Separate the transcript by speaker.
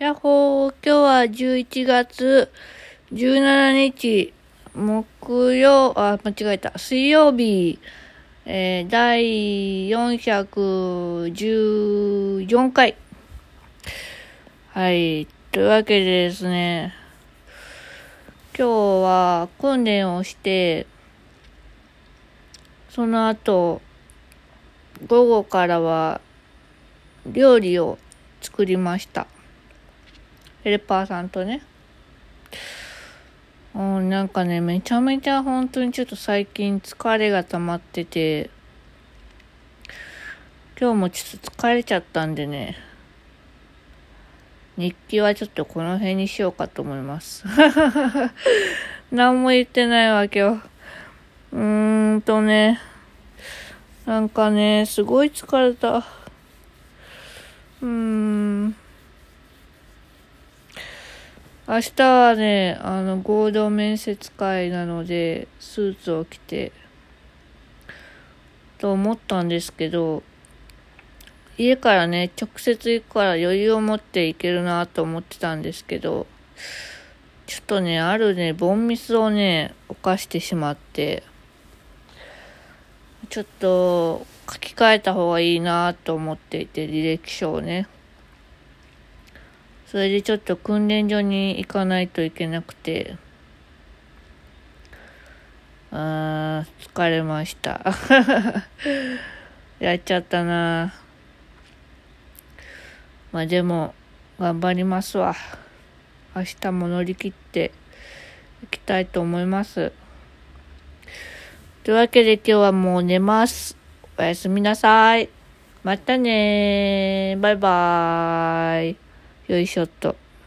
Speaker 1: やっほー、今日は11月17日、水曜日、第414回。はい、というわけでですね、今日は訓練をして、その後、午後からは料理を作りました。ヘルパーさんとね。なんかね、めちゃめちゃ本当にちょっと最近疲れが溜まってて、今日もちょっと疲れちゃったんでね、日記はちょっとこの辺にしようかと思います。何も言ってないわ、今日。なんかね、すごい疲れた。明日はね、合同面接会なので、スーツを着て、と思ったんですけど、家からね、直接行くから余裕を持って行けるなと思ってたんですけど、ちょっとね、あるね、ボンミスをね、犯してしまって、ちょっと書き換えた方がいいなと思っていて、履歴書をね。それでちょっと訓練所に行かないといけなくて、疲れました。やっちゃったな。まあでも、頑張りますわ。明日も乗り切っていきたいと思います。というわけで今日はもう寝ます。おやすみなさい。またねー。バイバーイ。よいしょっと。